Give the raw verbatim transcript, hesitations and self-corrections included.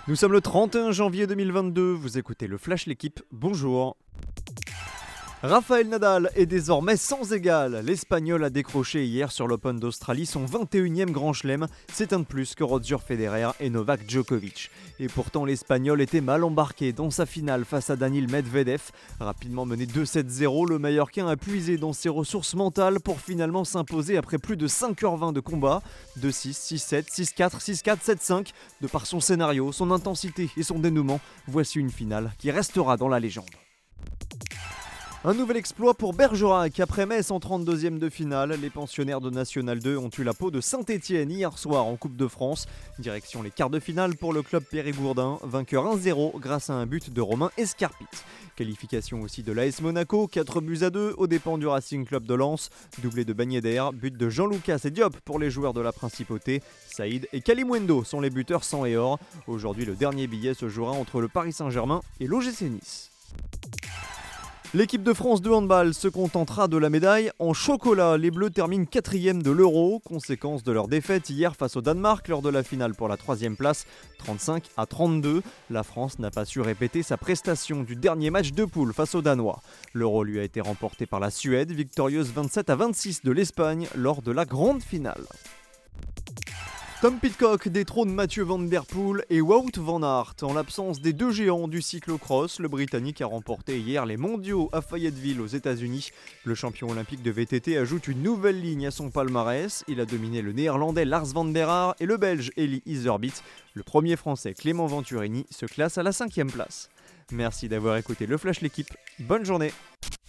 Nous sommes le trente et un janvier deux mille vingt-deux, vous écoutez le Flash L'équipe, bonjour. Rafael Nadal est désormais sans égal. L'Espagnol a décroché hier sur l'Open d'Australie son vingt et unième Grand Chelem. C'est un de plus que Roger Federer et Novak Djokovic. Et pourtant l'Espagnol était mal embarqué dans sa finale face à Daniil Medvedev. Rapidement mené deux sept zéro, le Mallorquin a puisé dans ses ressources mentales pour finalement s'imposer après plus de cinq heures vingt de combat. deux six, six sept, six quatre, six quatre, sept cinq. De par son scénario, son intensité et son dénouement, voici une finale qui restera dans la légende. Un nouvel exploit pour Bergerac. Après Metz en trente-deuxième de finale, les pensionnaires de National deux ont eu la peau de Saint-Étienne hier soir en Coupe de France. Direction les quarts de finale pour le club périgourdin, vainqueur un zéro grâce à un but de Romain Escarpit. Qualification aussi de l'A S Monaco, quatre buts à deux aux dépens du Racing Club de Lens. Doublé de Bagné d'Air, but de Jean-Lucas et Diop pour les joueurs de la Principauté. Saïd et Kalimundo sont les buteurs sang et or. Aujourd'hui, le dernier billet se jouera entre le Paris Saint-Germain et l'O G C Nice. L'équipe de France de handball se contentera de la médaille en chocolat. Les Bleus terminent quatrième de l'Euro, conséquence de leur défaite hier face au Danemark lors de la finale pour la troisième place, trente-cinq à trente-deux. La France n'a pas su répéter sa prestation du dernier match de poule face aux Danois. L'Euro lui a été remporté par la Suède, victorieuse vingt-sept à vingt-six de l'Espagne lors de la grande finale. Tom Pidcock détrône Mathieu Van Der Poel et Wout van Aert. En l'absence des deux géants du cyclocross, le Britannique a remporté hier les mondiaux à Fayetteville aux États-Unis. Le champion olympique de V T T ajoute une nouvelle ligne à son palmarès. Il a dominé le néerlandais Lars van der Haar et le belge Eli Iserbyt. Le premier français Clément Venturini se classe à la cinquième place. Merci d'avoir écouté le Flash L'équipe. Bonne journée.